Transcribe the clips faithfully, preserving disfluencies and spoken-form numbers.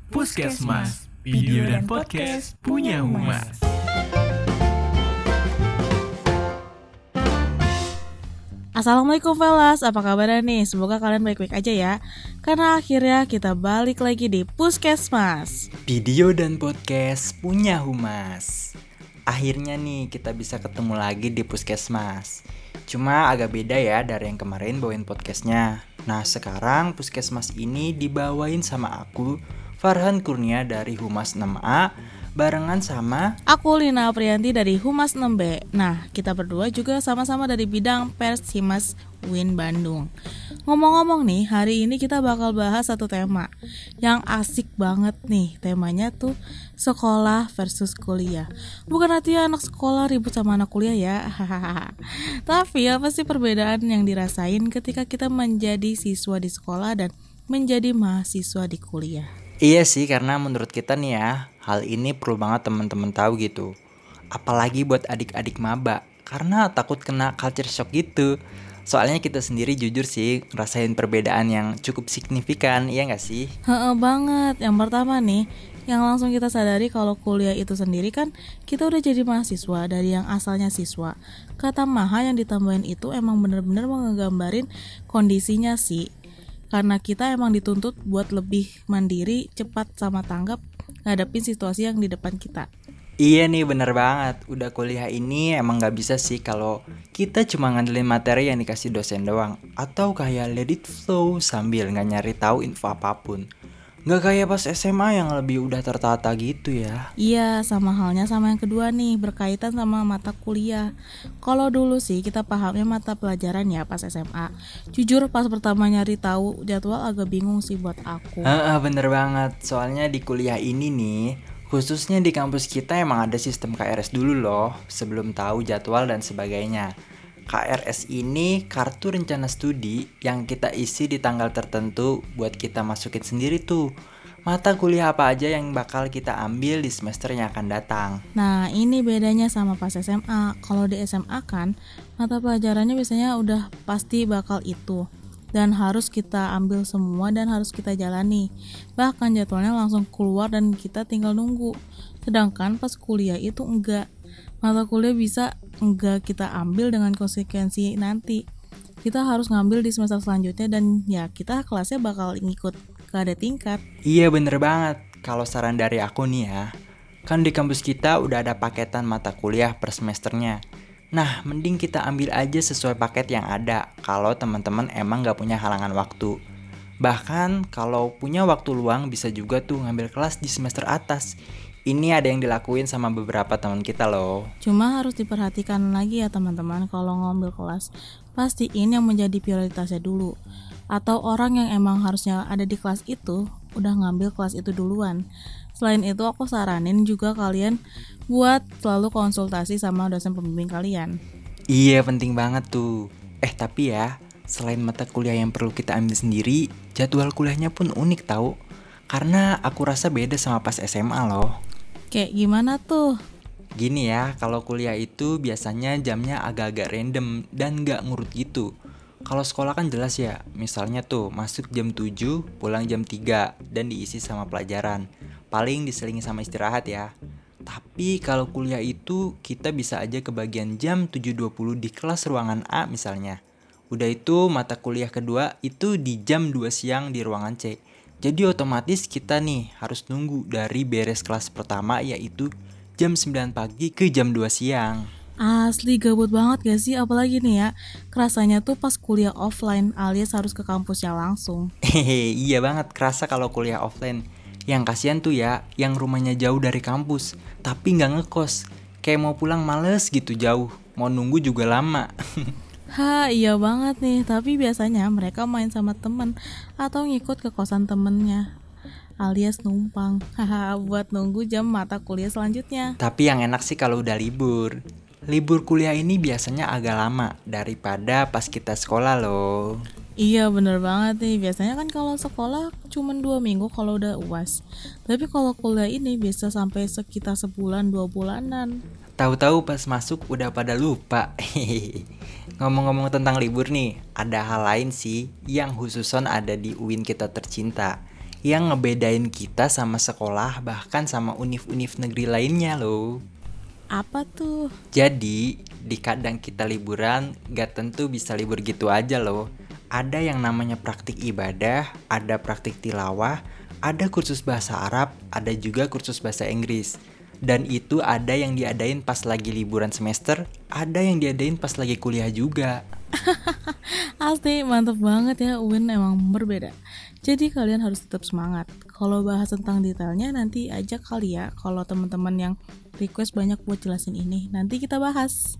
Puskesmas, video dan podcast punya Humas. Assalamualaikum fellas, apa kabarnya nih? Semoga kalian baik-baik aja ya. Karena akhirnya kita balik lagi di Puskesmas, video dan podcast punya Humas. Akhirnya nih kita bisa ketemu lagi di Puskesmas. Cuma agak beda ya dari yang kemarin bawain podcastnya. Nah sekarang Puskesmas ini dibawain sama aku, Farhan Kurnia dari Humas enam A, barengan sama aku Lina Aprianti dari Humas enam B. Nah, kita berdua juga sama-sama dari bidang Pers Himas U I N Bandung. Ngomong-ngomong nih, hari ini kita bakal bahas satu tema yang asik banget nih. Temanya tuh sekolah versus kuliah. Bukan artinya anak sekolah ribut sama anak kuliah ya. Tapi apa sih perbedaan yang dirasain ketika kita menjadi siswa di sekolah dan menjadi mahasiswa di kuliah? Iya sih, karena menurut kita nih ya, hal ini perlu banget teman-teman tahu gitu. Apalagi buat adik-adik maba, karena takut kena culture shock gitu. Soalnya kita sendiri jujur sih ngerasain perbedaan yang cukup signifikan, iya gak sih? Heeh banget. Yang pertama nih, yang langsung kita sadari kalau kuliah itu sendiri kan kita udah jadi mahasiswa dari yang asalnya siswa. Kata maha yang ditambahin itu emang bener-bener ngegambarin kondisinya sih. Karena kita emang dituntut buat lebih mandiri, cepat sama tanggap ngadepin situasi yang di depan kita. Iya nih bener banget, udah kuliah ini emang gak bisa sih kalau kita cuma ngandelin materi yang dikasih dosen doang. Atau kayak let it flow sambil gak nyari tahu info apapun. Gak kayak pas S M A yang lebih udah tertata gitu ya. Iya, sama halnya sama yang kedua nih, berkaitan sama mata kuliah. Kalau dulu sih kita pahamnya mata pelajaran ya pas S M A. Jujur pas pertama nyari tahu jadwal agak bingung sih buat aku. Heeh, bener banget, soalnya di kuliah ini nih, khususnya di kampus kita emang ada sistem K R S dulu loh, sebelum tahu jadwal dan sebagainya. K R S ini kartu rencana studi yang kita isi di tanggal tertentu buat kita masukin sendiri tuh mata kuliah apa aja yang bakal kita ambil di semester yang akan datang. Nah ini bedanya sama pas S M A. Kalau di S M A kan mata pelajarannya biasanya udah pasti bakal itu dan harus kita ambil semua dan harus kita jalani. Bahkan jadwalnya langsung keluar dan kita tinggal nunggu. Sedangkan pas kuliah itu enggak. Mata kuliah bisa enggak kita ambil dengan konsekuensi nanti. Kita harus ngambil di semester selanjutnya dan ya kita kelasnya bakal ngikut ke ada tingkat. Iya bener banget. Kalau saran dari aku nih ya, kan di kampus kita udah ada paketan mata kuliah per semesternya. Nah mending kita ambil aja sesuai paket yang ada kalau teman-teman emang gak punya halangan waktu. Bahkan kalau punya waktu luang bisa juga tuh ngambil kelas di semester atas. Ini ada yang dilakuin sama beberapa teman kita loh. Cuma harus diperhatikan lagi ya teman-teman, kalau ngambil kelas pastiin yang menjadi prioritasnya dulu. Atau orang yang emang harusnya ada di kelas itu udah ngambil kelas itu duluan. Selain itu aku saranin juga kalian buat selalu konsultasi sama dosen pembimbing kalian. Iya penting banget tuh. Eh tapi ya, selain mata kuliah yang perlu kita ambil sendiri, jadwal kuliahnya pun unik tau. Karena aku rasa beda sama pas S M A loh. Kayak gimana tuh? Gini ya, kalau kuliah itu biasanya jamnya agak-agak random dan gak ngurut gitu. Kalau sekolah kan jelas ya, misalnya tuh masuk jam tujuh, pulang jam tiga, dan diisi sama pelajaran. Paling diselingi sama istirahat ya. Tapi kalau kuliah itu kita bisa aja kebagian jam tujuh dua puluh di kelas ruangan A misalnya. Udah itu mata kuliah kedua itu di jam dua siang di ruangan C. Jadi otomatis kita nih harus nunggu dari beres kelas pertama yaitu jam sembilan pagi ke jam dua siang. Asli gabut banget gak sih? Apalagi nih ya, kerasanya tuh pas kuliah offline alias harus ke kampusnya langsung. Hehe, iya banget kerasa kalau kuliah offline. Yang kasihan tuh ya, yang rumahnya jauh dari kampus, tapi gak ngekos. Kayak mau pulang males gitu jauh, mau nunggu juga lama. Ha iya banget nih, tapi biasanya mereka main sama temen atau ngikut ke kosan temennya alias numpang haha buat nunggu jam mata kuliah selanjutnya. Tapi yang enak sih kalau udah libur. Libur kuliah ini biasanya agak lama daripada pas kita sekolah loh. Iya bener banget nih, biasanya kan kalau sekolah cuma dua minggu kalau udah U A S. Tapi kalau kuliah ini bisa sampai sekitar sebulan dua bulanan. Tahu-tahu pas masuk udah pada lupa. Ngomong-ngomong tentang libur nih, ada hal lain sih yang khususon ada di U I N kita tercinta, yang ngebedain kita sama sekolah bahkan sama univ-univ negeri lainnya loh. Apa tuh? Jadi, di kadang kita liburan gak tentu bisa libur gitu aja loh. Ada yang namanya praktik ibadah, ada praktik tilawah, ada kursus bahasa Arab, ada juga kursus bahasa Inggris. Dan itu ada yang diadain pas lagi liburan semester, ada yang diadain pas lagi kuliah juga. Asli mantep banget ya, U I N emang berbeda. Jadi kalian harus tetap semangat. Kalau bahas tentang detailnya nanti ajak kali ya. Kalau teman-teman yang request banyak buat jelasin ini, nanti kita bahas.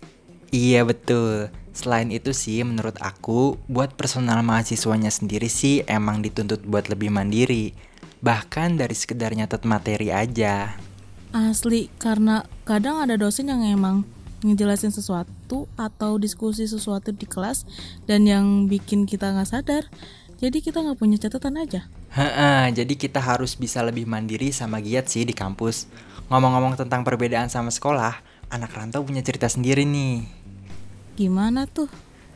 Iya betul. Selain itu sih menurut aku, buat personal mahasiswanya sendiri sih emang dituntut buat lebih mandiri. Bahkan dari sekedar nyatet materi aja. Asli, karena kadang ada dosen yang emang ngejelasin sesuatu atau diskusi sesuatu di kelas dan yang bikin kita gak sadar. Jadi kita gak punya catatan aja. Heeh, jadi kita harus bisa lebih mandiri sama giat sih di kampus. Ngomong-ngomong tentang perbedaan sama sekolah, anak rantau punya cerita sendiri nih. Gimana tuh?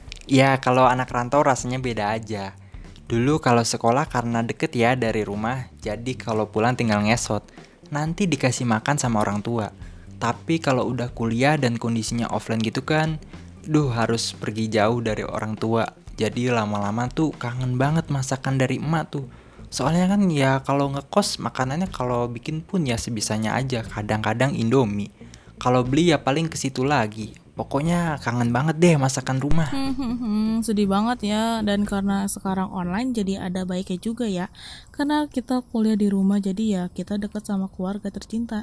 Ya kalau anak rantau rasanya beda aja. Dulu kalau sekolah karena deket ya dari rumah, jadi kalau pulang tinggal ngesot. Nanti dikasih makan sama orang tua. Tapi kalau udah kuliah dan kondisinya offline gitu kan, duh harus pergi jauh dari orang tua. Jadi lama-lama tuh kangen banget masakan dari emak tuh. Soalnya kan ya kalau ngekos makanannya kalau bikin pun ya sebisanya aja. Kadang-kadang Indomie. Kalau beli ya paling ke situ lagi. Pokoknya kangen banget deh masakan rumah. Hmm, sedih banget ya. Dan karena sekarang online jadi ada baiknya juga ya. Karena kita kuliah di rumah jadi ya kita dekat sama keluarga tercinta.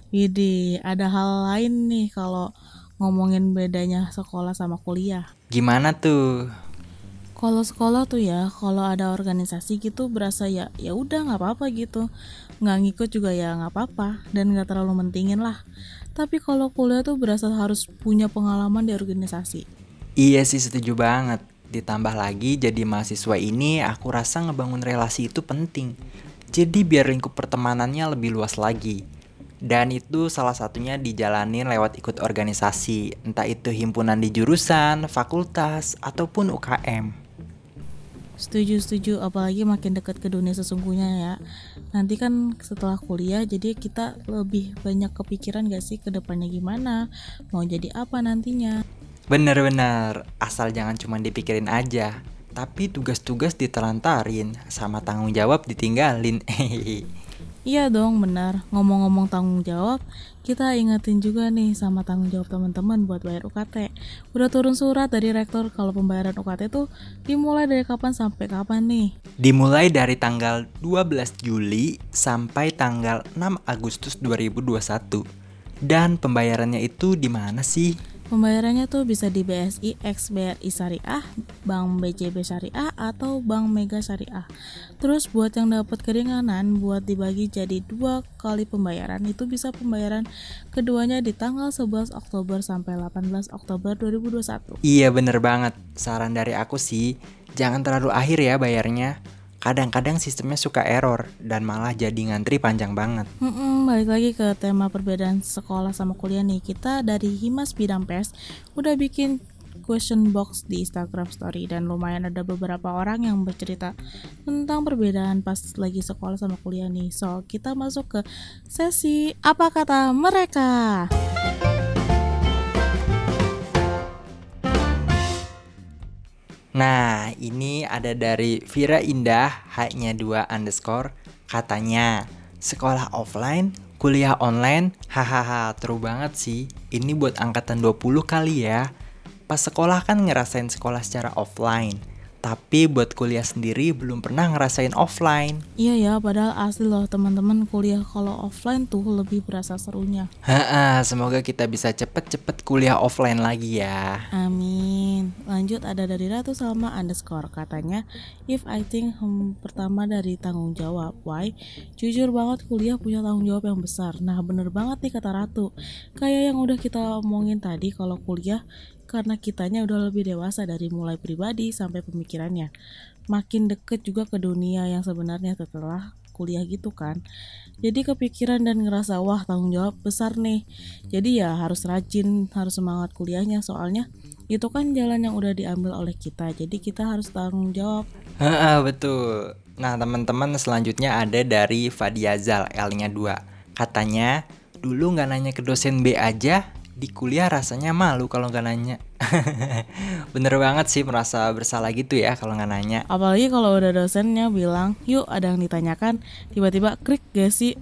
Jadi ada hal lain nih kalau ngomongin bedanya sekolah sama kuliah. Gimana tuh? Kalau sekolah tuh ya, kalau ada organisasi gitu berasa ya ya udah nggak apa-apa gitu, nggak ngikut juga ya nggak apa-apa dan nggak terlalu mentingin lah. Tapi kalau kuliah tuh berasa harus punya pengalaman di organisasi. Iya sih setuju banget. Ditambah lagi jadi mahasiswa ini aku rasa ngebangun relasi itu penting. Jadi biar lingkup pertemanannya lebih luas lagi. Dan itu salah satunya dijalanin lewat ikut organisasi, entah itu himpunan di jurusan, fakultas, ataupun U K M. Setuju-setuju, apalagi makin dekat ke dunia sesungguhnya ya. Nanti kan setelah kuliah jadi kita lebih banyak kepikiran gak sih ke depannya gimana, mau jadi apa nantinya. Bener-bener, asal jangan cuma dipikirin aja, tapi tugas-tugas ditelantarin, sama tanggung jawab ditinggalin. Iya dong, benar. Ngomong-ngomong tanggung jawab, kita ingetin juga nih sama tanggung jawab teman-teman buat bayar U K T. Udah turun surat dari rektor kalau pembayaran U K T tuh dimulai dari kapan sampai kapan nih? Dimulai dari tanggal dua belas Juli sampai tanggal enam Agustus dua ribu dua puluh satu. Dan pembayarannya itu di mana sih? Pembayarannya tuh bisa di B S I X B R I Syariah, Bank B J B Syariah, atau Bank Mega Syariah. Terus buat yang dapat keringanan buat dibagi jadi dua kali pembayaran, itu bisa pembayaran keduanya di tanggal sebelas Oktober sampai delapan belas Oktober dua ribu dua puluh satu. Iya bener banget, saran dari aku sih jangan terlalu akhir ya bayarnya. Kadang-kadang sistemnya suka error dan malah jadi ngantri panjang banget. Hmm, balik lagi ke tema perbedaan sekolah sama kuliah nih. Kita dari Himas Bidang Pers udah bikin question box di Instagram Story dan lumayan ada beberapa orang yang bercerita tentang perbedaan pas lagi sekolah sama kuliah nih. So, kita masuk ke sesi apa kata mereka. Nah, ini ada dari Vira Indah, haknya dua underscore. Katanya, sekolah offline, kuliah online, hahaha, true banget sih. Ini buat angkatan dua puluh kali ya. Pas sekolah kan ngerasain sekolah secara offline. Tapi buat kuliah sendiri belum pernah ngerasain offline. Iya ya, padahal asli loh teman-teman, kuliah kalau offline tuh lebih berasa serunya. Haha, semoga kita bisa cepet-cepet kuliah offline lagi ya. Amin. Lanjut ada dari Ratu Salma underscore. Katanya, if I think hmm, pertama dari tanggung jawab. Why? Jujur banget kuliah punya tanggung jawab yang besar. Nah bener banget nih kata Ratu. Kayak yang udah kita omongin tadi, kalau kuliah karena kitanya udah lebih dewasa dari mulai pribadi sampai pemikirannya. Makin deket juga ke dunia yang sebenarnya setelah kuliah gitu kan. Jadi kepikiran dan ngerasa wah tanggung jawab besar nih. Jadi ya harus rajin, harus semangat kuliahnya soalnya Itu kan jalan yang udah diambil oleh kita, jadi kita harus tanggung jawab. Heeh, betul. Nah, teman-teman, selanjutnya ada dari Fadiazal, L-nya dua. Katanya, dulu nggak nanya ke dosen B aja, di kuliah rasanya malu kalau nggak nanya. Bener banget sih, merasa bersalah gitu ya kalau nggak nanya. Apalagi kalau udah dosennya bilang, yuk ada yang ditanyakan, tiba-tiba krik gak sih?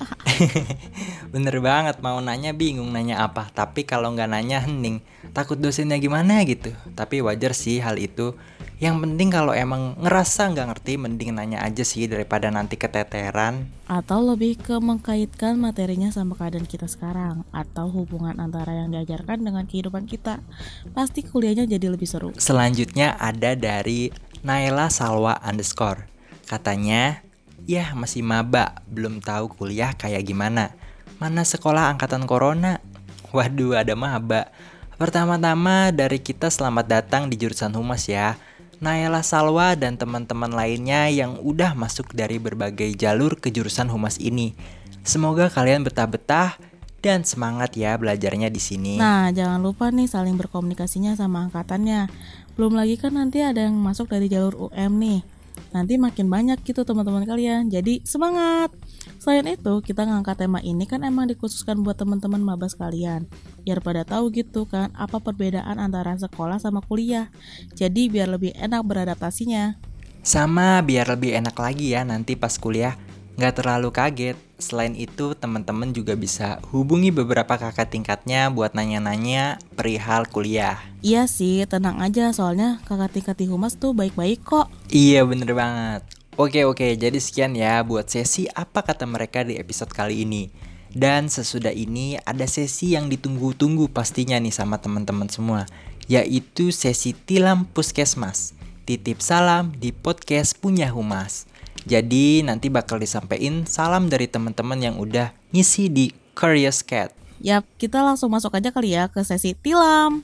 Bener banget, mau nanya bingung nanya apa. Tapi kalau nggak nanya hening, takut dosennya gimana gitu. Tapi wajar sih hal itu. Yang penting kalau emang ngerasa nggak ngerti, mending nanya aja sih daripada nanti keteteran. Atau lebih ke mengkaitkan materinya sama keadaan kita sekarang, atau hubungan antara yang diajarkan dengan kehidupan kita. Pasti kuliahnya jadi lebih seru. Selanjutnya ada dari Naila Salwa underscore. Katanya, yah masih maba, belum tahu kuliah kayak gimana. Mana sekolah angkatan corona? Waduh, ada maba. Pertama-tama dari kita selamat datang di jurusan Humas ya. Naila Salwa dan teman-teman lainnya yang udah masuk dari berbagai jalur ke jurusan Humas ini. Semoga kalian betah-betah dan semangat ya belajarnya di sini. Nah, jangan lupa nih saling berkomunikasinya sama angkatannya. Belum lagi kan nanti ada yang masuk dari jalur U M nih. Nanti makin banyak gitu teman-teman kalian. Jadi semangat. Selain itu, kita ngangkat tema ini kan emang dikhususkan buat teman-teman maba sekalian. Biar pada tahu gitu kan apa perbedaan antara sekolah sama kuliah. Jadi biar lebih enak beradaptasinya. Sama biar lebih enak lagi ya nanti pas kuliah. Nggak terlalu kaget. Selain itu, teman-teman juga bisa hubungi beberapa kakak tingkatnya buat nanya-nanya perihal kuliah. Iya sih, tenang aja soalnya kakak tingkat di Humas tuh baik-baik kok. Iya, bener banget. Oke oke, jadi sekian ya buat sesi apa kata mereka di episode kali ini. Dan sesudah ini ada sesi yang ditunggu-tunggu pastinya nih sama teman-teman semua, yaitu sesi Tilam Puskesmas. Titip salam di podcast Punya Humas. Jadi nanti bakal disampaikan salam dari teman-teman yang udah ngisi di Curious Cat. Yap, kita langsung masuk aja kali ya ke sesi tilam.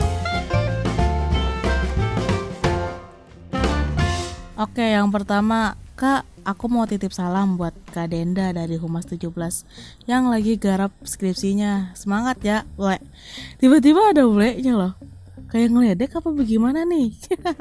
Oke, yang pertama, Kak, aku mau titip salam buat Kak Denda dari Humas tujuh belas yang lagi garap skripsinya. Semangat ya, Ble. Tiba-tiba ada Ble-nya loh. Kayak ngeledek apa bagaimana nih?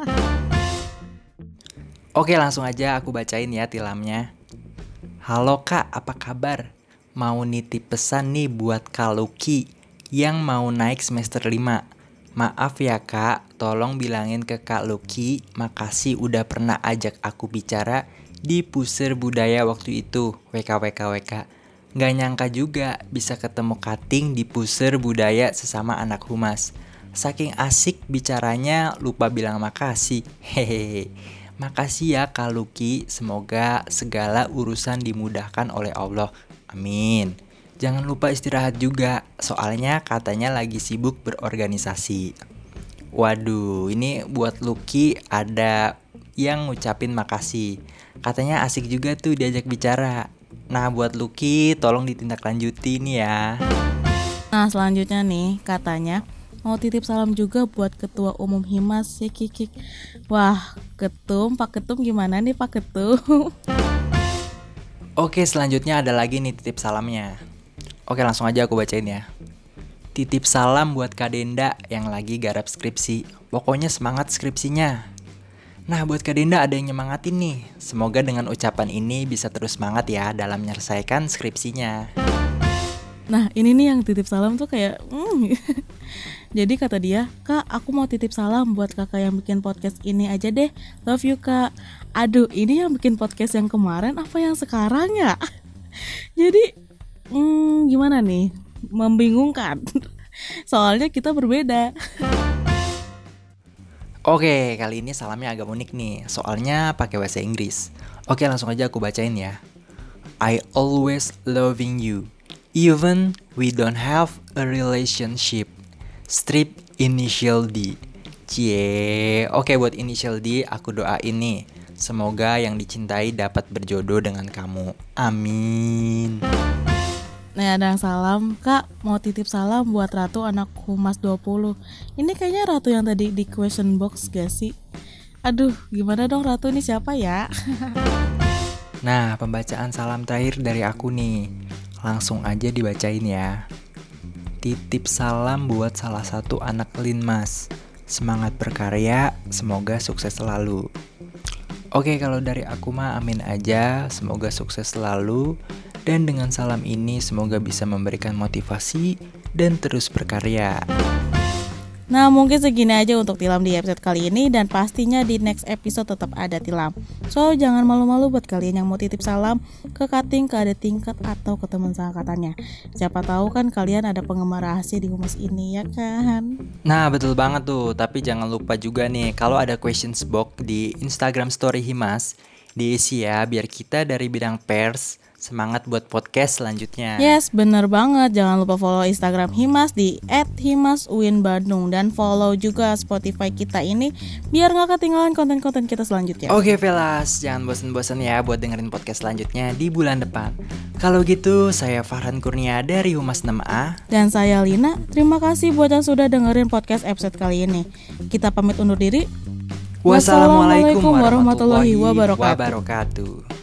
Oke, langsung aja aku bacain ya tilamnya. Halo Kak, apa kabar? Mau nitip pesan nih buat Kak Lucky yang mau naik semester lima. Maaf ya Kak, tolong bilangin ke Kak Lucky makasih udah pernah ajak aku bicara di Puseur Budaya waktu itu. W K W K W K. Gak nyangka juga bisa ketemu Kating di Puseur Budaya sesama anak Humas. Saking asik bicaranya lupa bilang makasih. Hehehe. Makasih ya Kak Lucky, semoga segala urusan dimudahkan oleh Allah. Amin. Jangan lupa istirahat juga, soalnya katanya lagi sibuk berorganisasi. Waduh, ini buat Lucky ada yang ngucapin makasih. Katanya asik juga tuh diajak bicara. Nah buat Lucky tolong ditindaklanjuti nih ya. Nah selanjutnya nih katanya mau titip salam juga buat Ketua Umum Himas si Kikik. Wah, Ketum, Pak Ketum gimana nih Pak Ketum? Oke, selanjutnya ada lagi nih titip salamnya. Oke, langsung aja aku bacain ya. Titip salam buat Kak Denda yang lagi garap skripsi. Pokoknya semangat skripsinya. Nah, buat Kak Denda ada yang nyemangatin nih. Semoga dengan ucapan ini bisa terus semangat ya dalam menyelesaikan skripsinya. Nah, ini nih yang titip salam tuh kayak mm. Jadi kata dia, Kak, aku mau titip salam buat kakak yang bikin podcast ini aja deh. Love you Kak. Aduh, ini yang bikin podcast yang kemarin apa yang sekarang ya? Jadi, hmm, gimana nih? Membingungkan. Soalnya kita berbeda. Oke, kali ini salamnya agak unik nih. Soalnya pakai bahasa Inggris. Oke, langsung aja aku bacain ya. I always loving you, even we don't have a relationship. Strip initial D. Cie. Oke, buat initial D aku doain nih. Semoga yang dicintai dapat berjodoh dengan kamu. Amin. Nah, ada yang salam, Kak, mau titip salam buat Ratu anak Humas dua puluh. Ini kayaknya Ratu yang tadi di question box gak sih? Aduh, gimana dong Ratu ini siapa ya? Nah, pembacaan salam terakhir dari aku nih. Langsung aja dibacain ya. Titip salam buat salah satu anak Linmas. semangat berkarya, semoga sukses selalu. Oke, kalau dari aku mah amin aja, semoga sukses selalu. Dan dengan salam ini semoga bisa memberikan motivasi dan terus berkarya. Nah, mungkin segini aja untuk Tilam di episode kali ini, dan pastinya di next episode tetap ada Tilam. So, jangan malu-malu buat kalian yang mau titip salam ke kating, ke adik tingkat, atau ke teman seangkatannya. Siapa tahu kan kalian ada penggemar rahasia di humas ini, ya kan? Nah, betul banget tuh. Tapi jangan lupa juga nih, kalau ada questions box di Instagram story Himas, diisi ya, biar kita dari bidang pers semangat buat podcast selanjutnya. Yes, bener banget. Jangan lupa follow Instagram Himas di et himas uin bandung. Dan follow juga Spotify kita ini biar gak ketinggalan konten-konten kita selanjutnya. Oke Velas, jangan bosan-bosan ya buat dengerin podcast selanjutnya di bulan depan. Kalau gitu, saya Farhan Kurnia dari Humas enam A. Dan saya Lina. Terima kasih buat yang sudah dengerin podcast episode kali ini. Kita pamit undur diri. Wassalamualaikum warahmatullahi wabarakatuh.